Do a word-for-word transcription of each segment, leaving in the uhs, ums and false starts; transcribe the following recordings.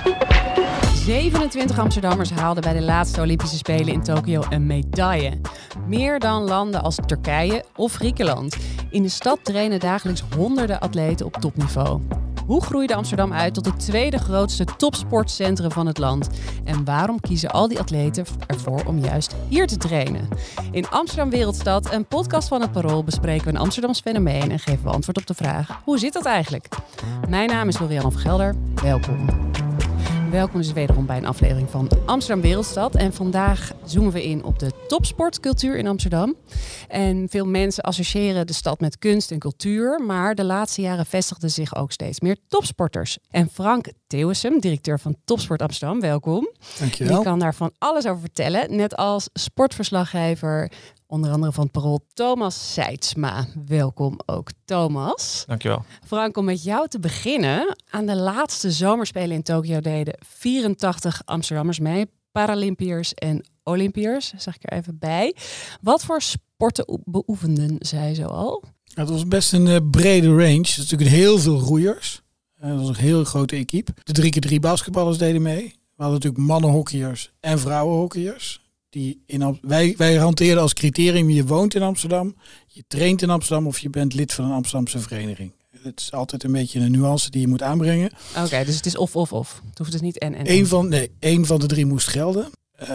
zevenentwintig Amsterdammers haalden bij de laatste Olympische Spelen in Tokio een medaille. Meer dan landen als Turkije of Griekenland. In de stad trainen dagelijks honderden atleten op topniveau. Hoe groeide Amsterdam uit tot het tweede grootste topsportcentrum van het land? En waarom kiezen al die atleten ervoor om juist hier te trainen? In Amsterdam Wereldstad, een podcast van het Parool, bespreken we een Amsterdams fenomeen en geven we antwoord op de vraag: hoe zit dat eigenlijk? Mijn naam is Lorianne van Gelder. Welkom. Welkom dus wederom bij een aflevering van Amsterdam Wereldstad. En vandaag zoomen we in op de topsportcultuur in Amsterdam. En veel mensen associëren de stad met kunst en cultuur. Maar de laatste jaren vestigden zich ook steeds meer topsporters. En Frank Theeuwissem, directeur van Topsport Amsterdam, welkom. Dankjewel. Die kan daar van alles over vertellen. Net als sportverslaggever, onder andere van het Parool, Thomas Seidsma. Welkom ook, Thomas. Dankjewel. Frank, om met jou te beginnen. Aan de laatste zomerspelen in Tokio deden vierentachtig Amsterdammers mee. Paralympiërs en Olympiërs, zeg ik er even bij. Wat voor sporten beoefenden zij zoal? Het was best een uh, brede range. Er is natuurlijk heel veel roeiers. Uh, dat was een heel grote equipe. De drie keer drie basketballers deden mee. We hadden natuurlijk mannenhockeyers en vrouwenhockeyers. Die in, wij, wij hanteerden als criterium: je woont in Amsterdam, je traint in Amsterdam of je bent lid van een Amsterdamse vereniging. Het is altijd een beetje een nuance die je moet aanbrengen. Oké, okay, dus het is of, of, of. Het hoeft dus niet en, en, en. Eén van, nee, één van de drie moest gelden.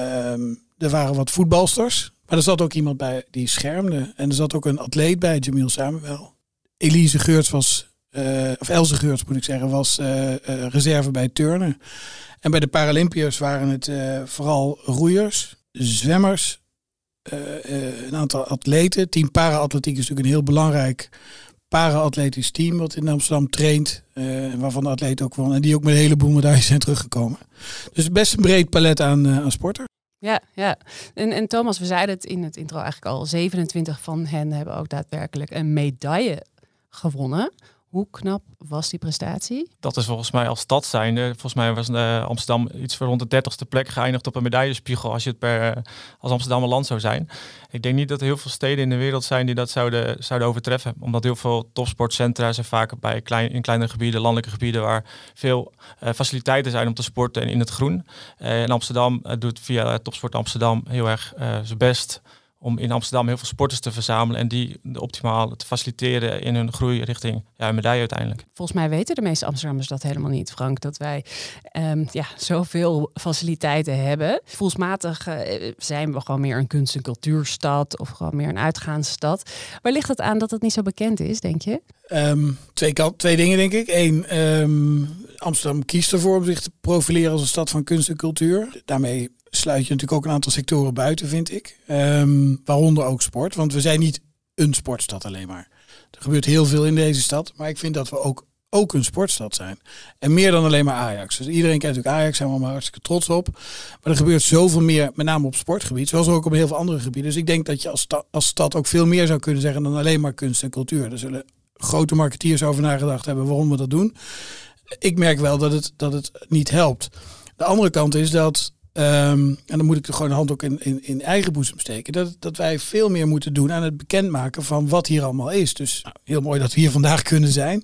Um, er waren wat voetbalsters, maar er zat ook iemand bij die schermde. En er zat ook een atleet bij, Jamil Samuel. Elise Geurts was, uh, of Else Geurts moet ik zeggen, was uh, uh, reserve bij turnen. En bij de Paralympiërs waren het uh, vooral roeiers, zwemmers, uh, uh, een aantal atleten. Team Para-atletiek is natuurlijk een heel belangrijk para-atletisch team wat in Amsterdam traint. Uh, waarvan de atleten ook won. En die ook met een heleboel medailles zijn teruggekomen. Dus best een breed palet aan, uh, aan sporten. Ja, ja. En, en Thomas, we zeiden het in het intro eigenlijk al. zevenentwintig van hen hebben ook daadwerkelijk een medaille gewonnen. Hoe knap was die prestatie? Dat is volgens mij als stad zijnde. Volgens mij was uh, Amsterdam iets voor rond de dertigste plek geëindigd op een medaillespiegel als je het per uh, als Amsterdam een land zou zijn. Ik denk niet dat er heel veel steden in de wereld zijn die dat zouden, zouden overtreffen. Omdat heel veel topsportcentra zijn vaak bij klein, in kleinere gebieden, landelijke gebieden waar veel uh, faciliteiten zijn om te sporten en in het groen. Uh, en Amsterdam uh, doet via uh, Topsport Amsterdam heel erg uh, zijn best om in Amsterdam heel veel sporters te verzamelen en die optimaal te faciliteren in hun groei richting ja, een medaille uiteindelijk. Volgens mij weten de meeste Amsterdammers dat helemaal niet, Frank, dat wij um, ja, zoveel faciliteiten hebben. Gevoelsmatig uh, zijn we gewoon meer een kunst- en cultuurstad of gewoon meer een uitgaansstad. Waar ligt het aan dat het niet zo bekend is, denk je? Um, twee, kant, twee dingen, denk ik. Eén, um, Amsterdam kiest ervoor om zich te profileren als een stad van kunst en cultuur. Daarmee sluit je natuurlijk ook een aantal sectoren buiten, vind ik. Um, waaronder ook sport. Want we zijn niet een sportstad alleen maar. Er gebeurt heel veel in deze stad. Maar ik vind dat we ook, ook een sportstad zijn. En meer dan alleen maar Ajax. Dus iedereen kent natuurlijk Ajax, zijn we allemaal hartstikke trots op. Maar er gebeurt zoveel meer, met name op sportgebied. Zoals ook op heel veel andere gebieden. Dus ik denk dat je als, sta, als stad ook veel meer zou kunnen zeggen dan alleen maar kunst en cultuur. Er zullen grote marketeers over nagedacht hebben waarom we dat doen. Ik merk wel dat het, dat het niet helpt. De andere kant is dat Um, en dan moet ik er gewoon de hand ook in, in, in eigen boezem steken. Dat, dat wij veel meer moeten doen aan het bekendmaken van wat hier allemaal is. Dus nou, heel mooi dat we hier vandaag kunnen zijn.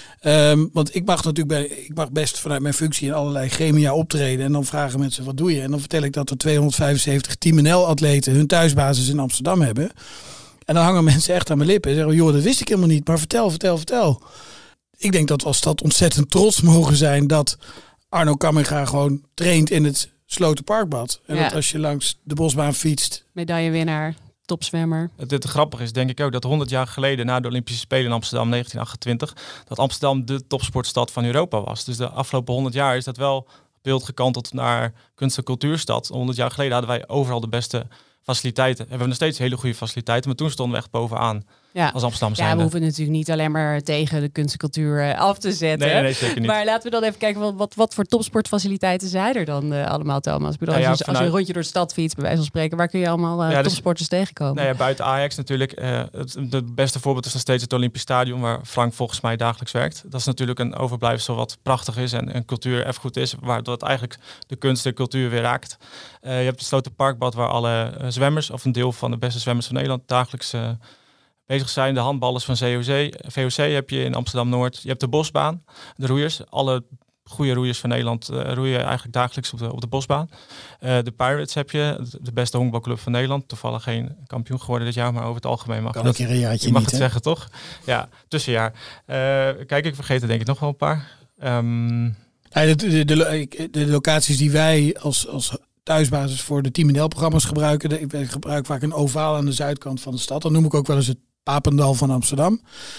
Um, want ik mag natuurlijk bij, ik mag best vanuit mijn functie in allerlei gremia optreden. En dan vragen mensen, wat doe je? En dan vertel ik dat er tweehonderdvijfenzeventig Team N L-atleten hun thuisbasis in Amsterdam hebben. En dan hangen mensen echt aan mijn lippen en zeggen, joh, dat wist ik helemaal niet. Maar vertel, vertel, vertel. Ik denk dat we als stad ontzettend trots mogen zijn dat Arno Kamminga gewoon traint in het Slotenparkbad. En ja. dat als je langs de bosbaan fietst. Medaillewinnaar, topzwemmer. Het, het grappige is denk ik ook dat honderd jaar geleden na de Olympische Spelen in Amsterdam negentien achtentwintig... dat Amsterdam de topsportstad van Europa was. Dus de afgelopen honderd jaar is dat wel beeld gekanteld naar kunst- en cultuurstad. honderd jaar geleden hadden wij overal de beste faciliteiten. Hebben we nog steeds hele goede faciliteiten, maar toen stonden we echt bovenaan. Ja. Als Amsterdam zijn. Ja, we hoeven natuurlijk niet alleen maar tegen de kunst en cultuur af te zetten. Nee, nee, zeker niet. Maar laten we dan even kijken, wat, wat, wat voor topsportfaciliteiten zijn er dan uh, allemaal, Thomas? Ik bedoel, nou ja, als, je, vanuit... als je een rondje door de stad fietst, bij wijze van spreken, waar kun je allemaal uh, ja, dus, topsporters tegenkomen? Nou ja, buiten Ajax natuurlijk. Uh, het, het beste voorbeeld is nog steeds het Olympisch Stadion, waar Frank volgens mij dagelijks werkt. Dat is natuurlijk een overblijfsel wat prachtig is en een cultuur erfgoed is, waar dat eigenlijk de kunst en cultuur weer raakt. Uh, je hebt het Slotenparkbad, waar alle uh, zwemmers, of een deel van de beste zwemmers van Nederland, dagelijks uh, bezig zijn. De handballers van C O C, V O C heb je in Amsterdam-Noord. Je hebt de bosbaan, de roeiers. Alle goede roeiers van Nederland uh, roeien eigenlijk dagelijks op de, op de bosbaan. Uh, de Pirates heb je, de beste honkbalclub van Nederland. Toevallig geen kampioen geworden dit jaar, maar over het algemeen mag kan dat. Een keer een jaartje je mag niet, het hè? zeggen, toch? Ja, tussenjaar. Uh, kijk, ik vergeet er denk ik nog wel een paar. Um... Ja, de, de, de, de locaties die wij als, als thuisbasis voor de Team N L-programma's gebruiken. De, ik gebruik vaak een ovaal aan de zuidkant van de stad. Dat noem ik ook wel eens het Papendal van Amsterdam.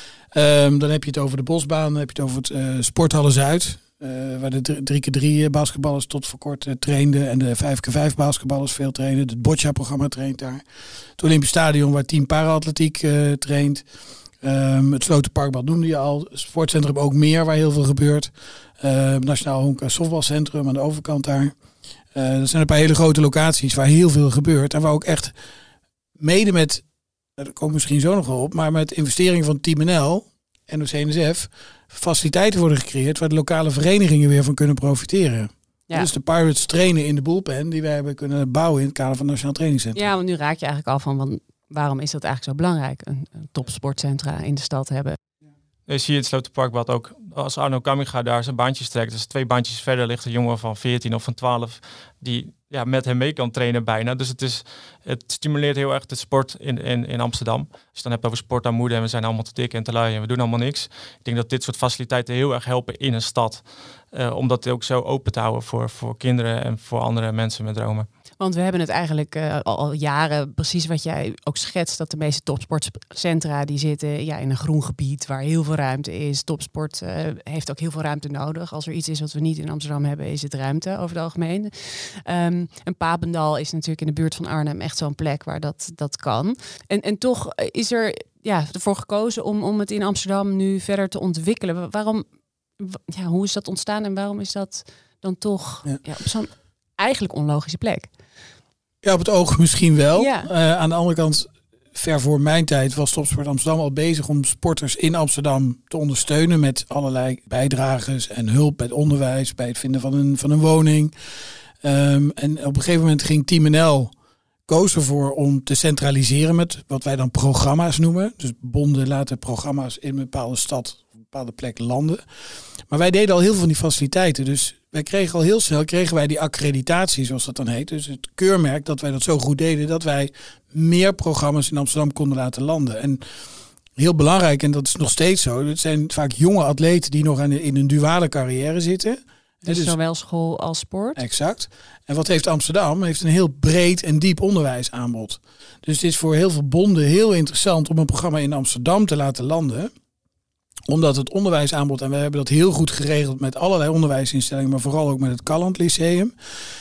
Um, dan heb je het over de Bosbaan, dan heb je het over het uh, Sporthallen Zuid. Uh, waar de drie keer drie basketballers tot voor kort uh, trainden. En de vijf keer vijf basketballers veel trainen. Het Boccia-programma traint daar. Het Olympisch Stadion waar Team Para-atletiek uh, traint. Um, het Slotenparkbad noemde je al. Sportcentrum ook meer waar heel veel gebeurt. Uh, Nationaal Honk- en Softbalcentrum aan de overkant daar. Uh, dat zijn een paar hele grote locaties waar heel veel gebeurt. En waar ook echt mede met, daar komt misschien zo nog wel op, maar met investeringen van Team N L en de C N S F faciliteiten worden gecreëerd waar de lokale verenigingen weer van kunnen profiteren. Ja. Dus de Pirates trainen in de bullpen die wij hebben kunnen bouwen in het kader van het Nationaal Trainingscentrum. Ja, want nu raak je eigenlijk al van, want waarom is dat eigenlijk zo belangrijk, een, een topsportcentra in de stad hebben? Je ziet het Slotenparkbad ook. Als Arno Kamminga daar zijn baantjes trekt, dus twee baantjes verder ligt een jongen van veertien of van twaalf die ja, met hem mee kan trainen bijna. Dus het, is, het stimuleert heel erg de sport in, in, in Amsterdam. Als je dan hebt over sportarmoede en we zijn allemaal te dik en te lui en we doen allemaal niks. Ik denk dat dit soort faciliteiten heel erg helpen in een stad. Uh, om dat ook zo open te houden voor, voor kinderen en voor andere mensen met dromen. Want we hebben het eigenlijk uh, al, al jaren, precies wat jij ook schetst, dat de meeste topsportcentra die zitten ja, in een groen gebied waar heel veel ruimte is. Topsport uh, heeft ook heel veel ruimte nodig. Als er iets is wat we niet in Amsterdam hebben, is het ruimte over het algemeen. Um, en Papendal is natuurlijk in de buurt van Arnhem echt zo'n plek waar dat, dat kan. En, en toch is er ja, ervoor gekozen om, om het in Amsterdam nu verder te ontwikkelen. Waarom, ja, hoe is dat ontstaan en waarom is dat dan toch ja. Ja, op zo'n eigenlijk onlogische plek? Ja, op het oog misschien wel. Ja. Uh, aan de andere kant, ver voor mijn tijd was Topsport Amsterdam al bezig om sporters in Amsterdam te ondersteunen met allerlei bijdrages en hulp bij het onderwijs, bij het vinden van een, van een woning. Um, en op een gegeven moment ging Team N L koos ervoor om te centraliseren met wat wij dan programma's noemen. Dus bonden laten programma's in een bepaalde stad, een bepaalde plek landen. Maar wij deden al heel veel van die faciliteiten. Dus wij kregen al heel snel kregen wij die accreditatie, zoals dat dan heet. Dus het keurmerk dat wij dat zo goed deden, dat wij meer programma's in Amsterdam konden laten landen. En heel belangrijk, en dat is nog steeds zo, het zijn vaak jonge atleten die nog aan de, in een duale carrière zitten. Dus, dus zowel school als sport? Exact. En wat heeft Amsterdam? Heeft een heel breed en diep onderwijsaanbod. Dus het is voor heel veel bonden heel interessant om een programma in Amsterdam te laten landen. Omdat het onderwijsaanbod, en we hebben dat heel goed geregeld met allerlei onderwijsinstellingen, maar vooral ook met het Caland Lyceum.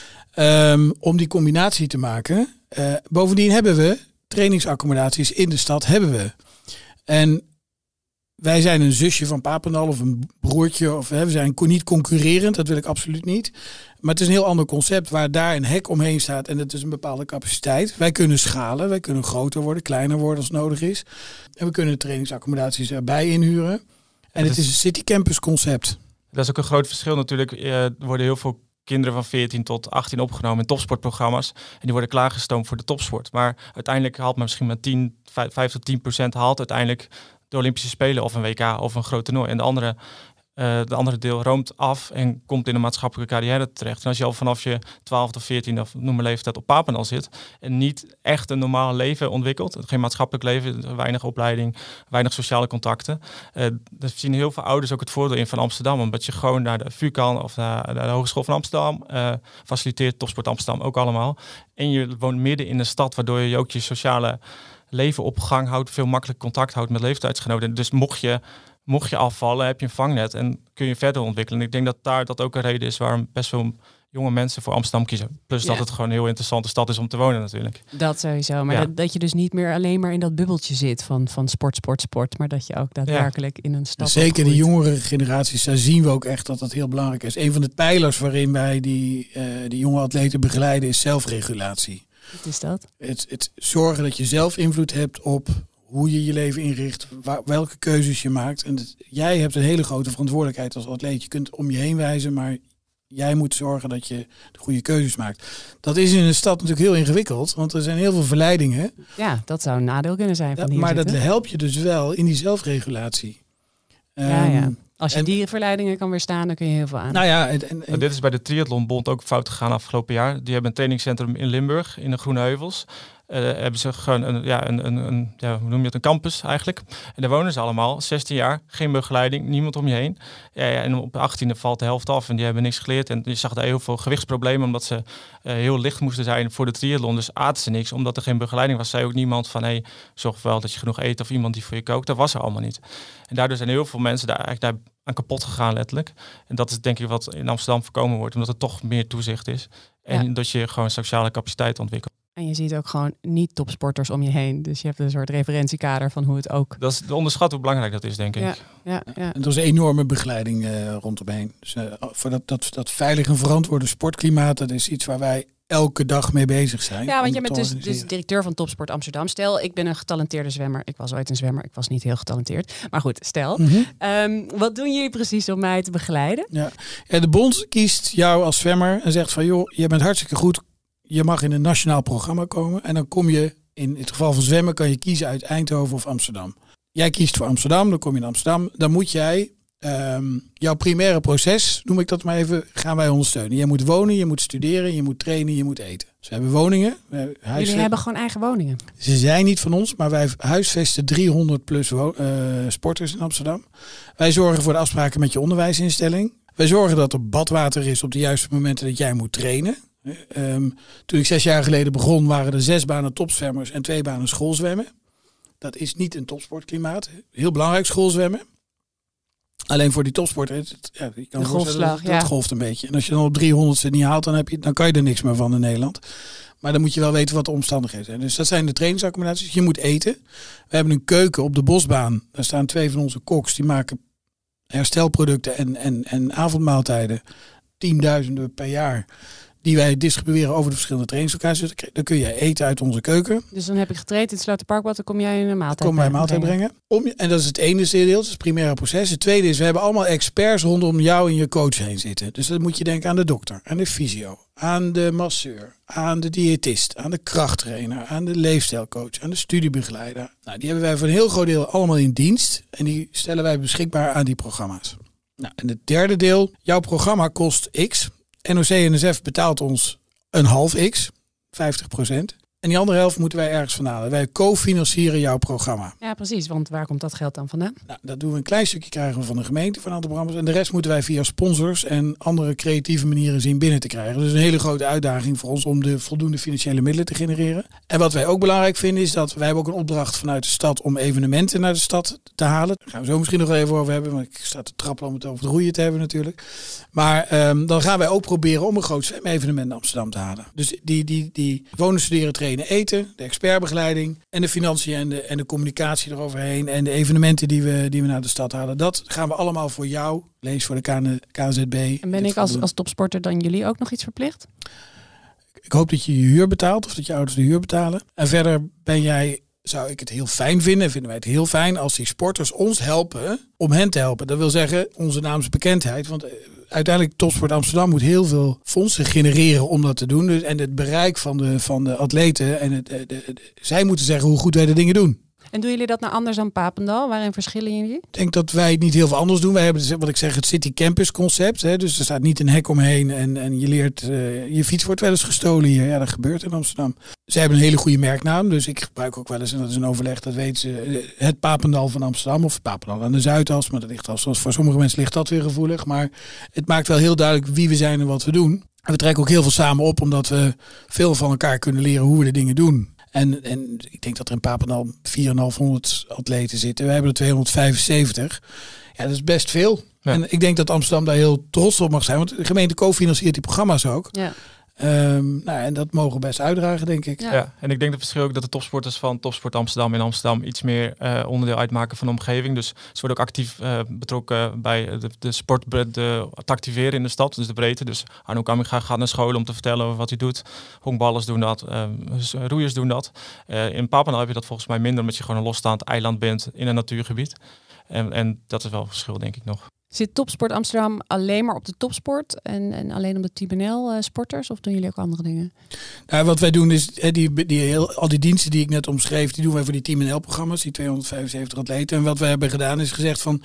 Um, om die combinatie te maken. Uh, bovendien hebben we trainingsaccommodaties in de stad, hebben we. En wij zijn een zusje van Papendal of een broertje. Of, hè, we zijn niet concurrerend, dat wil ik absoluut niet. Maar het is een heel ander concept waar daar een hek omheen staat. En het is een bepaalde capaciteit. Wij kunnen schalen, wij kunnen groter worden, kleiner worden als nodig is. En we kunnen trainingsaccommodaties erbij inhuren. En het is een city campus concept. Dat is ook een groot verschil natuurlijk. Er worden heel veel kinderen van veertien tot achttien opgenomen in topsportprogramma's. En die worden klaargestoomd voor de topsport. Maar uiteindelijk haalt men misschien maar tien, vijf tot tien procent haalt uiteindelijk de Olympische Spelen of een W K of een groot toernooi. En de andere, uh, de andere deel roomt af en komt in een maatschappelijke carrière terecht. En als je al vanaf je twaalfde of veertiende of noem maar leeftijd op Papendal zit en niet echt een normaal leven ontwikkelt, geen maatschappelijk leven, weinig opleiding, weinig sociale contacten. Uh, er zien heel veel ouders ook het voordeel in van Amsterdam, omdat je gewoon naar de V U C A N of naar de Hogeschool van Amsterdam uh, faciliteert, Topsport Amsterdam ook allemaal. En je woont midden in de stad, waardoor je ook je sociale leven op gang houdt, veel makkelijk contact houdt met leeftijdsgenoten. Dus mocht je, mocht je afvallen, heb je een vangnet en kun je verder ontwikkelen. En ik denk dat daar dat ook een reden is waarom best veel jonge mensen voor Amsterdam kiezen. Plus ja. dat het gewoon een heel interessante stad is om te wonen natuurlijk. Dat sowieso, maar ja. dat, dat je dus niet meer alleen maar in dat bubbeltje zit van, van sport, sport, sport, maar dat je ook daadwerkelijk ja. in een stad Zeker opgroeit. Die jongere generaties, daar zien we ook echt dat dat heel belangrijk is. Een van de pijlers waarin wij die, uh, die jonge atleten begeleiden is zelfregulatie. Wat is dat? Het, het zorgen dat je zelf invloed hebt op hoe je je leven inricht, waar, welke keuzes je maakt. En het, jij hebt een hele grote verantwoordelijkheid als atleet. Je kunt om je heen wijzen, maar jij moet zorgen dat je de goede keuzes maakt. Dat is in een stad natuurlijk heel ingewikkeld, want er zijn heel veel verleidingen. Ja, dat zou een nadeel kunnen zijn van ja, hier maar zitten. Dat helpt je dus wel in die zelfregulatie. Ja, um, ja. Als je en, die verleidingen kan weerstaan, dan kun je heel veel aan. Nou ja, en, en, en dit is bij de Triathlonbond ook fout gegaan afgelopen jaar. Die hebben een trainingscentrum in Limburg, in de Groene Heuvels. Uh, hebben ze gewoon een, ja, een, een, een, ja, hoe noem je het, een campus eigenlijk. En daar wonen ze allemaal, zestien jaar, geen begeleiding, niemand om je heen. Ja, ja, en op de achttiende valt de helft af en die hebben niks geleerd. En je zag daar heel veel gewichtsproblemen, omdat ze uh, heel licht moesten zijn voor de triathlon. Dus aten ze niks, omdat er geen begeleiding was. Zei ook niemand van, hey, zorg wel dat je genoeg eet of iemand die voor je kookt. Dat was er allemaal niet. En daardoor zijn heel veel mensen daar eigenlijk daar aan kapot gegaan letterlijk. En dat is denk ik wat in Amsterdam voorkomen wordt, omdat er toch meer toezicht is. En ja. dat je gewoon sociale capaciteit ontwikkelt. En je ziet ook gewoon niet topsporters om je heen. Dus je hebt een soort referentiekader van hoe het ook... Dat is de onderschat hoe belangrijk dat is, denk ik. Ja, ja, ja. En er is een enorme begeleiding uh, rondomheen. Dus uh, voor dat, dat, dat veilig en verantwoorde sportklimaat, dat is iets waar wij elke dag mee bezig zijn. Ja, want jij bent dus, dus directeur van Topsport Amsterdam. Stel, ik ben een getalenteerde zwemmer. Ik was ooit een zwemmer. Ik was niet heel getalenteerd. Maar goed, stel. Mm-hmm. Um, wat doen jullie precies om mij te begeleiden? Ja. Ja, de bond kiest jou als zwemmer en zegt van, joh, je bent hartstikke goed. Je mag in een nationaal programma komen. En dan kom je, in het geval van zwemmen, kan je kiezen uit Eindhoven of Amsterdam. Jij kiest voor Amsterdam, dan kom je in Amsterdam. Dan moet jij um, jouw primaire proces, noem ik dat maar even, gaan wij ondersteunen. Je moet wonen, je moet studeren, je moet trainen, je moet eten. Dus we hebben woningen. We hebben huisve- Jullie hebben gewoon eigen woningen? Ze zijn niet van ons, maar wij huisvesten driehonderd plus wo- uh, sporters in Amsterdam. Wij zorgen voor de afspraken met je onderwijsinstelling. Wij zorgen dat er badwater is op de juiste momenten dat jij moet trainen. Um, toen ik zes jaar geleden begon, waren er zes banen topzwemmers en twee banen schoolzwemmen. Dat is niet een topsportklimaat. Heel belangrijk schoolzwemmen. Alleen voor die topsporter, het, ja, je kan de golfslag, dat, dat ja. golft een beetje. En als je dan op driehonderdste niet haalt, dan, heb je, dan kan je er niks meer van in Nederland. Maar dan moet je wel weten wat de omstandigheden zijn. Dus dat zijn de trainingsaccommodaties. Je moet eten. We hebben een keuken op de bosbaan. Daar staan twee van onze koks. Die maken herstelproducten en, en, en avondmaaltijden. Tienduizenden per jaar. Die wij distribueren over de verschillende trainingslocaties. Dan kun je eten uit onze keuken. Dus dan heb ik getraind in het Sloterparkbad. Dan kom jij een maaltijd Kom wij een maaltijd brengen. brengen. Om, en dat is het ene deel. Dat is het primaire proces. Het tweede is, we hebben allemaal experts rondom jou en je coach heen zitten. Dus dan moet je denken aan de dokter, aan de fysio, aan de masseur, aan de diëtist, aan de krachttrainer, aan de leefstijlcoach, aan de studiebegeleider. Nou, die hebben wij voor een heel groot deel allemaal in dienst. En die stellen wij beschikbaar aan die programma's. Nou, en het derde deel, jouw programma kost X. N O C N S F betaalt ons een half X, vijftig procent. En die andere helft moeten wij ergens van halen. Wij cofinancieren jouw programma. Ja, precies. Want waar komt dat geld dan vandaan? Nou, dat doen we een klein stukje krijgen we van de gemeente, van een aantal programma's. En de rest moeten wij via sponsors en andere creatieve manieren zien binnen te krijgen. Dus een hele grote uitdaging voor ons om de voldoende financiële middelen te genereren. En wat wij ook belangrijk vinden is dat wij hebben ook een opdracht vanuit de stad om evenementen naar de stad te halen. Daar gaan we zo misschien nog even over hebben, want ik sta te trappelen om het over het roeien te hebben natuurlijk. Maar um, dan gaan wij ook proberen om een groot zwemevenement naar Amsterdam te halen. Dus die, die, die wonen, studeren, trainen, eten, de expertbegeleiding en de financiën en de, en de communicatie eroverheen en de evenementen die we, die we naar de stad halen. Dat gaan we allemaal voor jou, lees voor de K N Z B. En ben ik als, als topsporter dan jullie ook nog iets verplicht? Ik hoop dat je je huur betaalt of dat je ouders de huur betalen. En verder ben jij, zou ik het heel fijn vinden, vinden wij het heel fijn als die sporters ons helpen om hen te helpen. Dat wil zeggen onze naamsbekendheid, want uiteindelijk Topsport Amsterdam moet heel veel fondsen genereren om dat te doen. Dus, en het bereik van de, van de atleten. En het, de, de, de, zij moeten zeggen hoe goed wij de dingen doen. En doen jullie dat nou anders dan Papendal? Waarin verschillen jullie? Ik denk dat wij niet heel veel anders doen. Wij hebben wat ik zeg het City Campus concept. Hè? Dus er staat niet een hek omheen en, en je leert, uh, je fiets wordt wel eens gestolen hier. Ja, dat gebeurt in Amsterdam. Ze hebben een hele goede merknaam. Dus ik gebruik ook wel eens, en dat is een overleg, dat weten ze, het Papendal van Amsterdam. Of het Papendal aan de Zuidas. Maar dat ligt als, voor sommige mensen ligt dat weer gevoelig. Maar het maakt wel heel duidelijk wie we zijn en wat we doen. En we trekken ook heel veel samen op, omdat we veel van elkaar kunnen leren hoe we de dingen doen. En, en ik denk dat er in Papendal vierduizendvijfhonderd atleten zitten. Wij hebben er tweehonderdvijfenzeventig. Ja, dat is best veel. Ja. En ik denk dat Amsterdam daar heel trots op mag zijn. Want de gemeente cofinanciert die programma's ook. Ja. Um, nou, en dat mogen we best uitdragen, denk ik. Ja. ja, en ik denk dat het verschil ook dat de topsporters van Topsport Amsterdam in Amsterdam iets meer uh, onderdeel uitmaken van de omgeving. Dus ze worden ook actief uh, betrokken bij de, de sport, de, te activeren in de stad, dus de breedte. Dus Arno Kamminga gaat naar school om te vertellen over wat hij doet. Honkballers doen dat, uh, roeiers doen dat. Uh, in Papendal heb je dat volgens mij minder, omdat je gewoon een losstaand eiland bent in een natuurgebied. En, en dat is wel een verschil, denk ik nog. Zit Topsport Amsterdam alleen maar op de topsport en, en alleen op de Team N L uh, sporters? Of doen jullie ook andere dingen? Nou, wat wij doen is, die, die, heel, al die diensten die ik net omschreef, die doen wij voor die Team N L programma's, die tweehonderdvijfenzeventig atleten. En wat wij hebben gedaan is gezegd van, we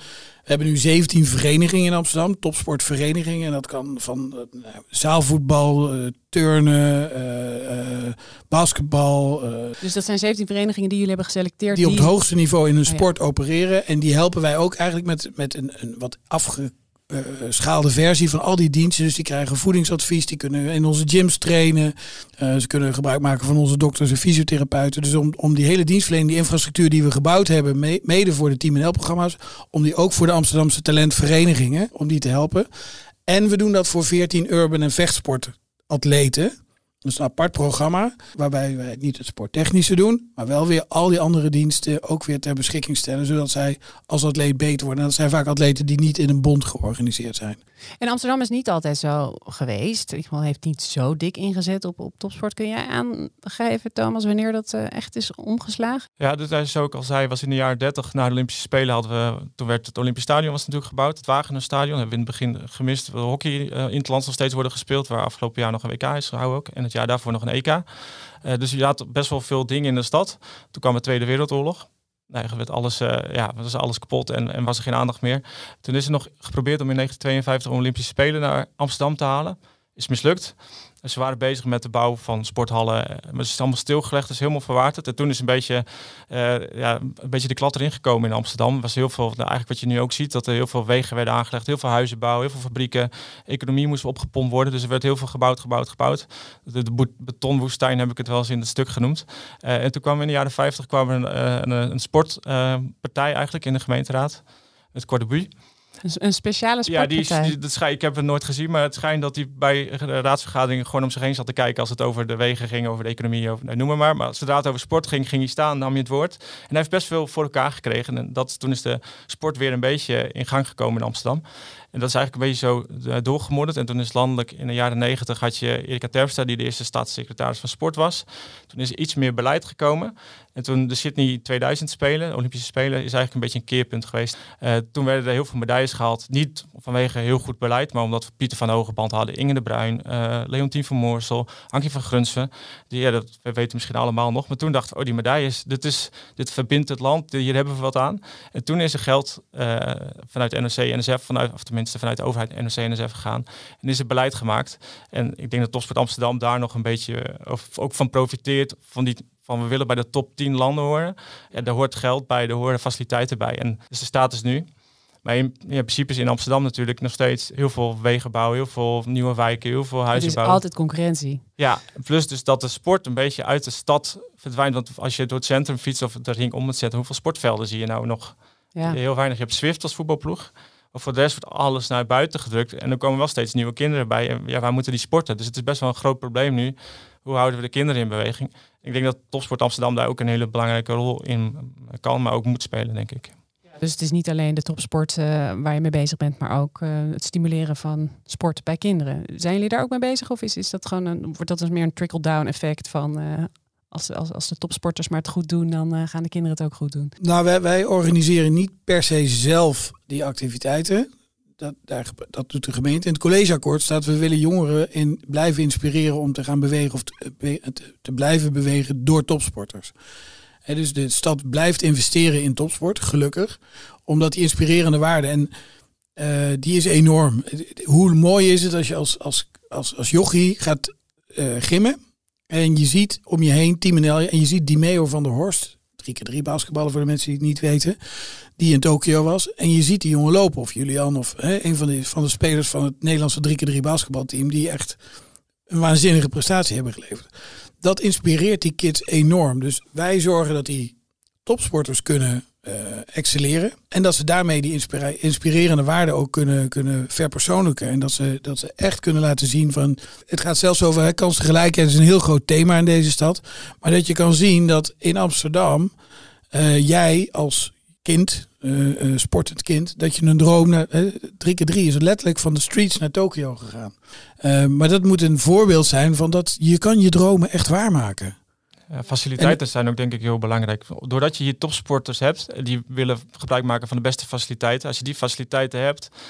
We hebben nu zeventien verenigingen in Amsterdam, topsportverenigingen. En dat kan van uh, zaalvoetbal, uh, turnen, uh, uh, basketbal. Uh, dus dat zijn zeventien verenigingen die jullie hebben geselecteerd? Die, die op het hoogste niveau in hun sport oh, ja. opereren. En die helpen wij ook eigenlijk met, met een, een wat afge... Uh, schaalde versie van al die diensten. Dus die krijgen voedingsadvies, die kunnen in onze gyms trainen. Uh, ze kunnen gebruik maken van onze dokters en fysiotherapeuten. Dus om, om die hele dienstverlening, die infrastructuur die we gebouwd hebben, me, mede voor de Team N L-programma's, om die ook voor de Amsterdamse talentverenigingen, om die te helpen. En we doen dat voor veertien urban en vechtsportatleten. Dat is een apart programma waarbij wij niet het sporttechnische doen, maar wel weer al die andere diensten ook weer ter beschikking stellen, zodat zij als atleet beter worden. En dat zijn vaak atleten die niet in een bond georganiseerd zijn. En Amsterdam is niet altijd zo geweest. Ik heeft niet zo dik ingezet op, op topsport. Kun jij aangeven, Thomas, wanneer dat uh, echt is omgeslagen? Ja, dus zoals ik al zei, was in de jaren dertig na de Olympische Spelen hadden we, toen werd het Olympisch Stadion was natuurlijk gebouwd, het Wagener-stadion. Hebben we in het begin gemist. Hockey uh, in het land nog steeds worden gespeeld, waar afgelopen jaar nog een W K is gehouden ook. En het jaar daarvoor nog een E K. Uh, dus je had best wel veel dingen in de stad. Toen kwam de Tweede Wereldoorlog. Nee, werd alles, uh, ja, was alles kapot en, en was er geen aandacht meer. Toen is er nog geprobeerd om in negentien tweeënvijftig Olympische Spelen naar Amsterdam te halen. Is mislukt. Dus ze waren bezig met de bouw van sporthallen. Maar het is allemaal stilgelegd, het is helemaal verwaterd. En toen is een beetje, uh, ja, een beetje de klad erin gekomen in Amsterdam. Er was heel veel, nou, eigenlijk wat je nu ook ziet, dat er heel veel wegen werden aangelegd. Heel veel huizenbouw, heel veel fabrieken. Economie moest opgepompt worden. Dus er werd heel veel gebouwd, gebouwd, gebouwd. De, de betonwoestijn heb ik het wel eens in het stuk genoemd. Uh, en toen kwam in de jaren vijftig kwam er een, een, een sportpartij uh, eigenlijk in de gemeenteraad. Het Cordebuy. Een speciale sportpartij? Ja, die, die, dat schijn, ik heb het nooit gezien, maar het schijnt dat hij bij de raadsvergaderingen gewoon om zich heen zat te kijken als het over de wegen ging, over de economie, over, nou, noem maar maar. Maar zodra het over sport ging, ging hij staan, nam hij het woord. En hij heeft best veel voor elkaar gekregen. En dat, toen is de sport weer een beetje in gang gekomen in Amsterdam. En dat is eigenlijk een beetje zo doorgemodderd. En toen is landelijk in de jaren negentig had je Erika Terpstra, die de eerste staatssecretaris van sport was. Toen is er iets meer beleid gekomen. En toen de Sydney tweeduizend Spelen, de Olympische Spelen, is eigenlijk een beetje een keerpunt geweest. Uh, toen werden er heel veel medailles gehaald. Niet vanwege heel goed beleid, maar omdat we Pieter van Hogeband hadden, Inge de Bruin, uh, Leontien van Moorsel, Ankie van Grunsven. Die, ja, dat we weten misschien allemaal nog. Maar toen dachten we, oh, die medailles, dit, is, dit verbindt het land, hier hebben we wat aan. En toen is er geld uh, vanuit N O C N S F, vanuit, of tenminste vanuit de overheid N O C N S F gegaan. En is er beleid gemaakt. En ik denk dat Topsport Amsterdam daar nog een beetje of, ook van profiteert, van die van we willen bij de top tien landen horen. Ja, daar hoort geld bij, daar horen faciliteiten bij. En dus de status nu. Maar in, ja, in principe is in Amsterdam natuurlijk nog steeds heel veel wegen bouwen, heel veel nieuwe wijken, heel veel huizen bouwen. Het is altijd concurrentie. Ja, plus dus dat de sport een beetje uit de stad verdwijnt. Want als je door het centrum fietst of de ring om moet zetten, hoeveel sportvelden zie je nou nog? Ja. Heel weinig. Je hebt Zwift als voetbalploeg. Maar voor de rest wordt alles naar buiten gedrukt. En er komen wel steeds nieuwe kinderen bij. En ja, waar moeten die sporten? Dus het is best wel een groot probleem nu. Hoe houden we de kinderen in beweging? Ik denk dat Topsport Amsterdam daar ook een hele belangrijke rol in kan, maar ook moet spelen, denk ik. Dus het is niet alleen de topsport uh, waar je mee bezig bent, maar ook uh, het stimuleren van sport bij kinderen. Zijn jullie daar ook mee bezig? Of is, is dat gewoon een, wordt dat dus meer een trickle-down effect van uh, als, als, als de topsporters maar het goed doen, dan uh, gaan de kinderen het ook goed doen? Nou, wij, wij organiseren niet per se zelf die activiteiten. Dat, daar, dat doet de gemeente. In het collegeakkoord staat: we willen jongeren in blijven inspireren om te gaan bewegen of te, te, te blijven bewegen door topsporters. He, dus de stad blijft investeren in topsport, gelukkig, omdat die inspirerende waarde, en uh, die is enorm. Hoe mooi is het als je als, als, als, als jochie gaat uh, gimmen en je ziet om je heen Team N L en je ziet Dimeo van der Horst, drie keer drie basketballen voor de mensen die het niet weten, die in Tokio was. En je ziet die jongen lopen, of Julian, of he, een van de, van de spelers van het Nederlandse drie keer drie basketbalteam, die echt een waanzinnige prestatie hebben geleverd. Dat inspireert die kids enorm. Dus wij zorgen dat die topsporters kunnen uh, excelleren. En dat ze daarmee die inspira- inspirerende waarden ook kunnen, kunnen verpersoonlijken. En dat ze, dat ze echt kunnen laten zien van... Het gaat zelfs over hè, kansengelijkheid. Het is een heel groot thema in deze stad. Maar dat je kan zien dat in Amsterdam uh, jij als kind, uh, uh, sportend kind, dat je een droom naar uh, drie keer drie is letterlijk van de streets naar Tokio gegaan. Uh, maar dat moet een voorbeeld zijn van dat je kan je dromen echt waarmaken. Ja, faciliteiten en, zijn ook denk ik heel belangrijk. Doordat je hier topsporters hebt, die willen gebruik maken van de beste faciliteiten. Als je die faciliteiten hebt,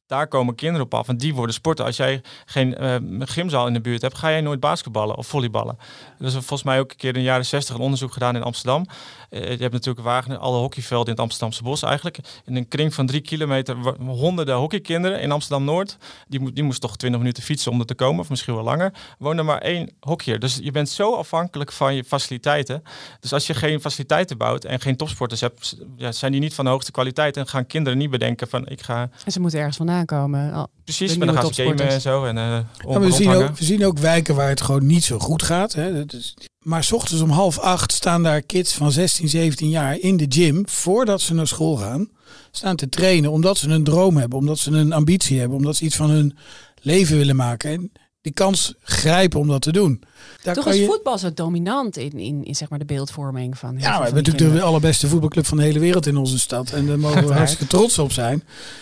daar komen kinderen op af en die worden sporten. Als jij geen uh, gymzaal in de buurt hebt, ga jij nooit basketballen of volleyballen. Er is volgens mij ook een keer in de jaren zestig een onderzoek gedaan in Amsterdam. Uh, je hebt natuurlijk Wageningen, alle hockeyvelden in het Amsterdamse bos eigenlijk. In een kring van drie kilometer, honderden hockeykinderen in Amsterdam-Noord. Die, mo- die moest toch twintig minuten fietsen om er te komen, of misschien wel langer. Woonde maar één hockeyer. Dus je bent zo afhankelijk van je faciliteiten. Dus als je geen faciliteiten bouwt en geen topsporters hebt, ja, zijn die niet van de hoogste kwaliteit. En gaan kinderen niet bedenken van ik ga... En ze moeten ergens vandaan komen. Oh, Precies, maar dan gaan ze gamen en zo. En, uh, ja, we, zien ook, we zien ook wijken waar het gewoon niet zo goed gaat. Hè. Dat is, maar 's ochtends om half acht staan daar kids van zestien, zeventien jaar in de gym, voordat ze naar school gaan, staan te trainen omdat ze een droom hebben, omdat ze een ambitie hebben, omdat ze iets van hun leven willen maken. En die kans grijpen om dat te doen. Daar Toch kan is je... voetbal zo dominant in, in, in zeg maar de beeldvorming van. Ja, we hebben natuurlijk de allerbeste voetbalclub van de hele wereld in onze stad. En daar mogen we hartstikke trots op zijn.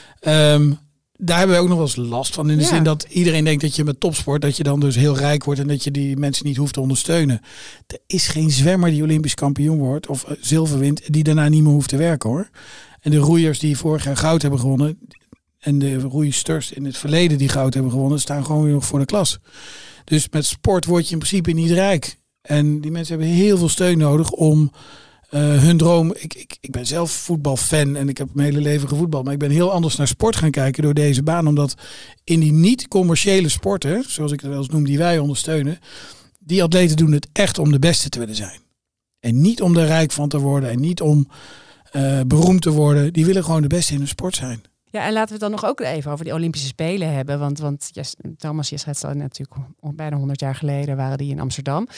Um, daar hebben we ook nog wel eens last van. In de ja. zin dat iedereen denkt dat je met topsport, dat je dan dus heel rijk wordt en dat je die mensen niet hoeft te ondersteunen. Er is geen zwemmer die Olympisch kampioen wordt of uh, zilver wint, die daarna niet meer hoeft te werken hoor. En de roeiers die vorig jaar goud hebben gewonnen en de roeisters in het verleden die goud hebben gewonnen, staan gewoon weer nog voor de klas. Dus met sport word je in principe niet rijk. En die mensen hebben heel veel steun nodig om uh, hun droom... Ik, ik, ik ben zelf voetbalfan en ik heb mijn hele leven gevoetbald. Maar ik ben heel anders naar sport gaan kijken door deze baan. Omdat in die niet-commerciële sporten, zoals ik het wel eens noem, die wij ondersteunen, die atleten doen het echt om de beste te willen zijn. En niet om er rijk van te worden en niet om uh, beroemd te worden. Die willen gewoon de beste in hun sport zijn. Ja, en laten we het dan nog ook even over die Olympische Spelen hebben. Want, want yes, Thomas, je schetst al natuurlijk bijna honderd jaar geleden waren die in Amsterdam.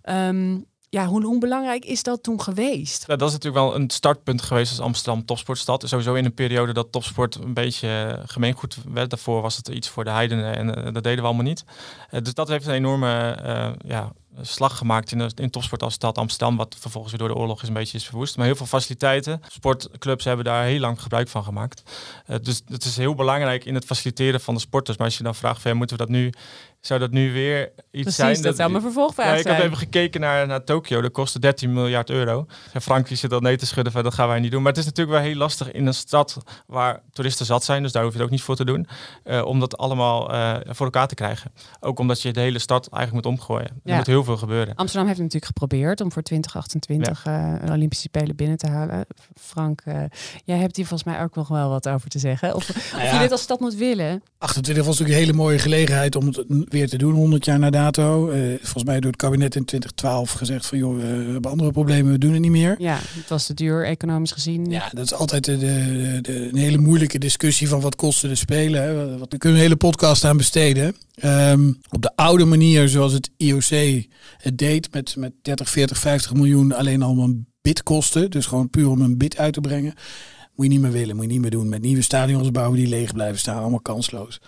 Um, ja, hoe, hoe belangrijk is dat toen geweest? Ja, dat is natuurlijk wel een startpunt geweest als Amsterdam topsportstad. Sowieso in een periode dat topsport een beetje gemeengoed werd. Daarvoor was het iets voor de heidenen en uh, dat deden we allemaal niet. Uh, dus dat heeft een enorme uh, ja, slag gemaakt in, de, in topsport als stad Amsterdam. Wat vervolgens weer door de oorlog is een beetje is verwoest. Maar heel veel faciliteiten. Sportclubs hebben daar heel lang gebruik van gemaakt. Uh, dus het is heel belangrijk in het faciliteren van de sporters. Maar als je dan vraagt, van, moeten we dat nu... Zou dat nu weer iets Precies, zijn? dat, dat zou mijn vervolgvraag ja, ik zijn. heb even gekeken naar, naar Tokio. Dat kostte dertien miljard euro. En Frank die zit al nee te schudden van dat gaan wij niet doen. Maar het is natuurlijk wel heel lastig in een stad waar toeristen zat zijn. Dus daar hoef je het ook niet voor te doen. Uh, om dat allemaal uh, voor elkaar te krijgen. Ook omdat je de hele stad eigenlijk moet omgooien. Er ja. moet heel veel gebeuren. Amsterdam heeft natuurlijk geprobeerd om voor twintig achtentwintig ja. uh, Olympische Spelen binnen te halen. Frank, uh, jij hebt hier volgens mij ook nog wel wat over te zeggen. Of, nou ja, of je dit als stad moet willen. achtentwintig was natuurlijk een hele mooie gelegenheid om het weer te doen, honderd jaar na dato. Uh, volgens mij door het kabinet in twintig twaalf gezegd van joh, we hebben andere problemen, we doen het niet meer. Ja, het was te duur economisch gezien. Ja, dat is altijd de, de, de, een hele moeilijke discussie van wat kosten de Spelen. Hè. Wat, we kunnen een hele podcast aan besteden. Um, op de oude manier zoals het I O C het deed met, met dertig, veertig, vijftig miljoen alleen al een bid kosten. Dus gewoon puur om een bid uit te brengen. Moet je niet meer willen, moet je niet meer doen. Met nieuwe stadions bouwen die leeg blijven staan, allemaal kansloos.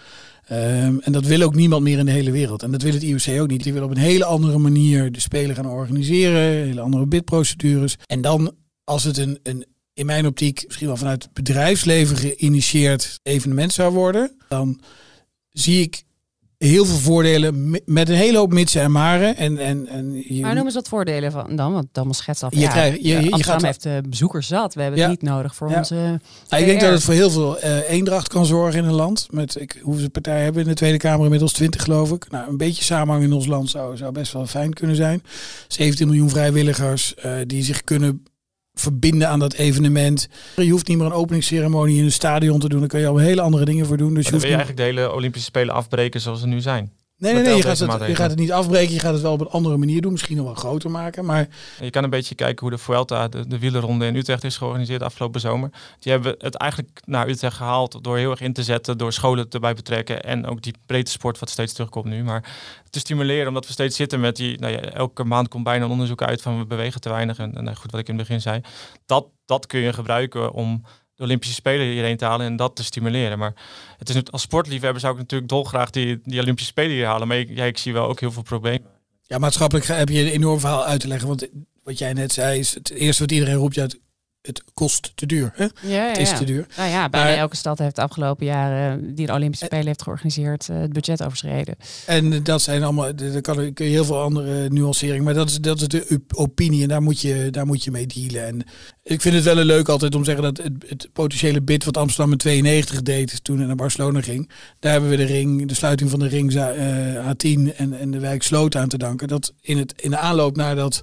Um, en dat wil ook niemand meer in de hele wereld. En dat wil het I O C ook niet. Die wil op een hele andere manier de Spelen gaan organiseren. Hele andere bidprocedures. En dan, als het een, een in mijn optiek misschien wel vanuit het bedrijfsleven geïnitieerd evenement zou worden, dan zie ik heel veel voordelen met een hele hoop mitsen en maren. En, en, en je... Maar noem eens wat voordelen van dan, want dan schetst af. Je Ja, krijgt, je, je, je Amsterdam gaat... heeft uh, bezoekers zat. We hebben ja. het niet nodig voor ja. onze nou, ik denk dat het voor heel veel uh, eendracht kan zorgen in een land. Met ik, hoeveel partijen hebben in de Tweede Kamer inmiddels twintig geloof ik. Nou, een beetje samenhang in ons land zou, zou best wel fijn kunnen zijn. zeventien miljoen vrijwilligers uh, die zich kunnen verbinden aan dat evenement. Je hoeft niet meer een openingsceremonie in een stadion te doen. Daar kun je al hele andere dingen voor doen. Dus je hoeft wil je niet... eigenlijk de hele Olympische Spelen afbreken zoals ze nu zijn. Nee, nee, nee, je gaat, het, je gaat het niet afbreken. Je gaat het wel op een andere manier doen. Misschien nog wel groter maken. Maar je kan een beetje kijken hoe de Vuelta, de, de wielerronde in Utrecht is georganiseerd afgelopen zomer. Die hebben het eigenlijk naar Utrecht gehaald door heel erg in te zetten, door scholen erbij betrekken en ook die breedte sport wat steeds terugkomt nu. Maar te stimuleren, omdat we steeds zitten met die, nou ja, elke maand komt bijna een onderzoek uit van we bewegen te weinig. En, en goed, wat ik in het begin zei, dat, dat kun je gebruiken om de Olympische Spelen hierheen te halen en dat te stimuleren. Maar het is als sportliefhebber zou ik natuurlijk dolgraag die, die Olympische Spelen hier halen. Maar ik, ja, ik zie wel ook heel veel problemen. Ja, maatschappelijk heb je een enorm verhaal uit te leggen. Want wat jij net zei is het eerste wat iedereen roept. Ja, het kost te duur. Hè? Ja, ja, het is ja. te duur. Nou ja, bijna maar, elke stad heeft de afgelopen jaren die de Olympische Spelen heeft georganiseerd uh, het budget overschreden. En dat zijn allemaal, daar kan kun je heel veel andere nuanceringen, maar dat is, dat is de opinie en daar moet je, daar moet je mee dealen. En ik vind het wel leuk altijd om te zeggen dat het, het potentiële bid wat Amsterdam in tweeënnegentig deed toen het naar Barcelona ging, daar hebben we de ring, de sluiting van de ring uh, A tien en, en de wijk Sloot aan te danken. Dat in, het, in de aanloop naar dat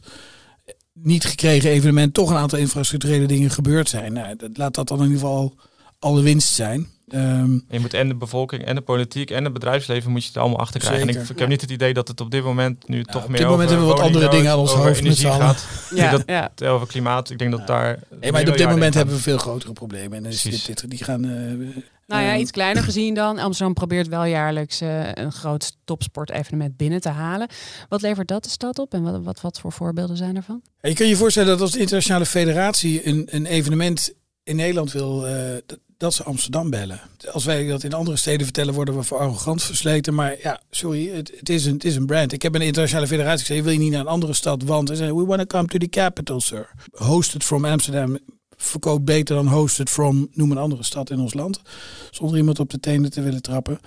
niet gekregen evenement toch een aantal infrastructurele dingen gebeurd zijn. Nou, dat, laat dat dan in ieder geval alle winst zijn. Um, je moet en de bevolking en de politiek en het bedrijfsleven moet je het allemaal achter krijgen. En ik, ik heb ja. niet het idee dat het op dit moment nu nou, toch meer over... Op dit moment hebben we wat andere dingen aan ons hoofd met z'n allen. Gaat. Ja, ik denk dat ja. over klimaat, ik denk dat ja. daar... Nee, maar op dit moment hebben we veel grotere problemen. En dus dit, dit, die gaan... Uh, Nou ja, iets kleiner gezien dan. Amsterdam probeert wel jaarlijks uh, een groot topsportevenement binnen te halen. Wat levert dat de stad op en wat, wat, wat voor voorbeelden zijn ervan? Je kunt je voorstellen dat als de internationale federatie een, een evenement in Nederland wil, uh, dat, dat ze Amsterdam bellen. Als wij dat in andere steden vertellen, worden we voor arrogant versleten. Maar ja, sorry, het, het, is, een, het is een brand. Ik heb een internationale federatie gezegd, wil je niet naar een andere stad? Want ze zeggen, we want to come to the capital, sir. Hosted from Amsterdam verkoopt beter dan hosted from, noem een andere stad in ons land. Zonder iemand op de tenen te willen trappen.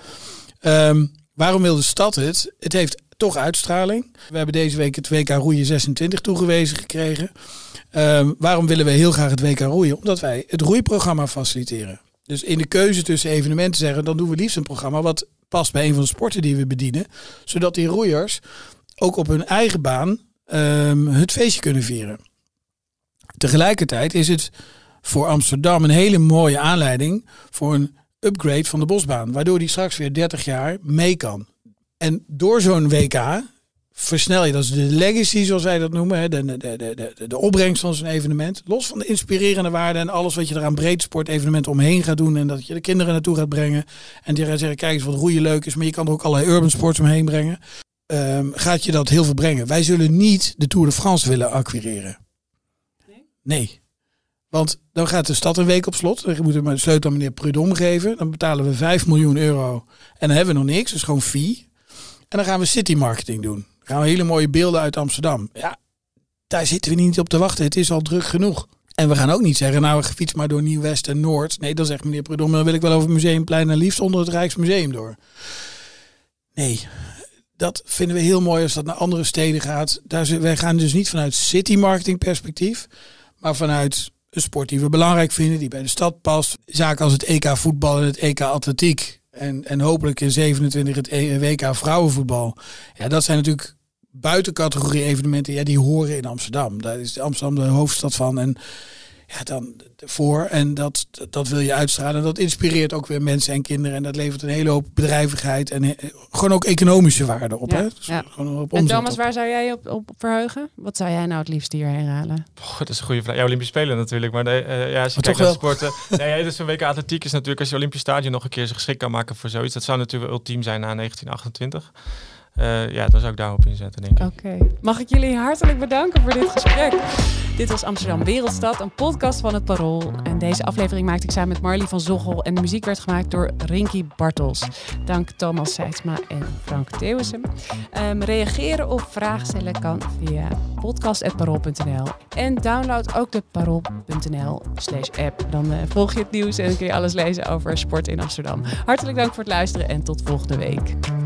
Um, waarom wil de stad het? Het heeft toch uitstraling. We hebben deze week het W K roeien zesentwintig toegewezen gekregen. Um, waarom willen we heel graag het W K roeien? Omdat wij het roeiprogramma faciliteren. Dus in de keuze tussen evenementen zeggen, dan doen we liefst een programma wat past bij een van de sporten die we bedienen. Zodat die roeiers ook op hun eigen baan um, het feestje kunnen vieren. Tegelijkertijd is het voor Amsterdam een hele mooie aanleiding voor een upgrade van de bosbaan. Waardoor die straks weer dertig jaar mee kan. En door zo'n W K versnel je, dat is de legacy zoals wij dat noemen. De, de, de, de, de opbrengst van zo'n evenement. Los van de inspirerende waarde en alles wat je er aan breedsportevenementen omheen gaat doen. En dat je de kinderen naartoe gaat brengen. En die gaan zeggen, kijk eens wat roeien leuk is. Maar je kan er ook allerlei urban sports omheen brengen. Um, gaat je dat heel veel brengen. Wij zullen niet de Tour de France willen acquireren. Nee, want dan gaat de stad een week op slot. Dan moeten we maar de sleutel aan meneer Prudhomme geven. Dan betalen we vijf miljoen euro en dan hebben we nog niks. Dus gewoon fee. En dan gaan we city marketing doen. Dan gaan we hele mooie beelden uit Amsterdam. Ja, daar zitten we niet op te wachten. Het is al druk genoeg. En we gaan ook niet zeggen, nou we fietsen maar door Nieuw-West en Noord. Nee, dan zegt meneer Prudhomme, dan wil ik wel over het Museumplein en liefst onder het Rijksmuseum door. Nee, dat vinden we heel mooi als dat naar andere steden gaat. Daar, wij gaan dus niet vanuit city marketing perspectief, maar vanuit een sport die we belangrijk vinden, die bij de stad past. Zaken als het E K voetbal en het E K atletiek. En, en hopelijk in zevenentwintig het W K vrouwenvoetbal. Ja, dat zijn natuurlijk buitencategorie evenementen. Ja, die horen in Amsterdam. Daar is Amsterdam de hoofdstad van. En ja, dan voor. En dat, dat wil je uitstralen. Dat inspireert ook weer mensen en kinderen. En dat levert een hele hoop bedrijvigheid. En he, gewoon ook economische waarde op. Ja, hè? Dus ja. Gewoon op en Thomas, op. waar zou jij op, op verheugen? Wat zou jij nou het liefst hierheen halen? Oh, dat is een goede vraag. Ja, Olympische Spelen natuurlijk. Maar de, uh, ja, als je maar kijkt naar sporten. Nee, dus een W K atletiek is natuurlijk, als je Olympisch Stadion nog een keer zich geschikt kan maken voor zoiets. Dat zou natuurlijk ultiem zijn na negentien achtentwintig. Uh, ja, dan zou ik daarop inzetten, denk ik. Oké. Okay. Mag ik jullie hartelijk bedanken voor dit gesprek. Dit was Amsterdam Wereldstad, een podcast van het Parool. En deze aflevering maakte ik samen met Marlie van Zochel. En de muziek werd gemaakt door Rinky Bartels. Dank Thomas Seidsma en Frank Theeuwissen. Um, reageren of vragen stellen kan via podcast punt parool punt n l. En download ook de parool punt n l slash app. Dan uh, volg je het nieuws en dan kun je alles lezen over sport in Amsterdam. Hartelijk dank voor het luisteren en tot volgende week.